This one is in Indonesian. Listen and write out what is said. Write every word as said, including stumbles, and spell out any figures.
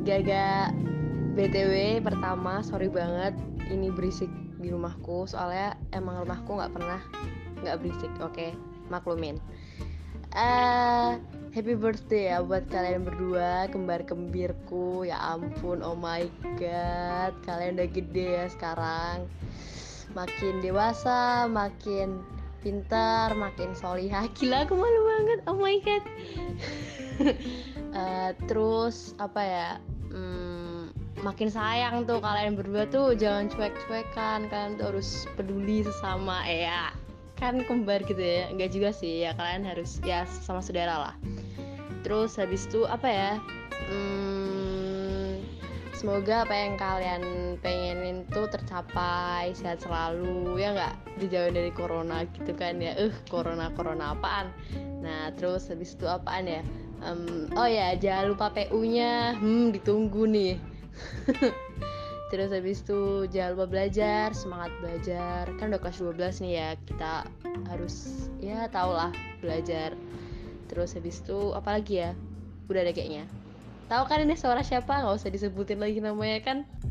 Gaga B T W pertama sorry banget ini berisik di rumahku, soalnya emang rumahku nggak pernah nggak berisik. Oke, maklumin. Eh, happy birthday ya buat kalian berdua, kembar kembirku. Ya ampun, oh my god, kalian udah gede ya sekarang. Makin dewasa, makin pintar, makin solihah. Gila, aku malu banget. Oh my god. uh, Terus apa ya? Hmm, makin sayang tuh kalian berdua tuh, jangan cuek-cuekan. Kalian tuh harus peduli sesama ya. Kan kembar gitu ya, enggak juga sih ya, kalian harus ya sama saudara lah. Terus habis itu apa ya, hmm, semoga apa yang kalian pengenin tuh tercapai, sehat selalu ya, nggak dijauhin dari corona gitu kan ya. Eh uh, corona corona apaan. Nah terus habis itu apaan ya, um, oh ya jangan lupa P U-nya, hmm ditunggu nih. Terus habis itu jangan lupa belajar, semangat belajar. Kan udah kelas dua belas nih ya, kita harus ya tau lah belajar. Terus habis itu apa lagi ya? Udah ada kayaknya. Tahu kan ini suara siapa? Nggak usah disebutin lagi namanya kan.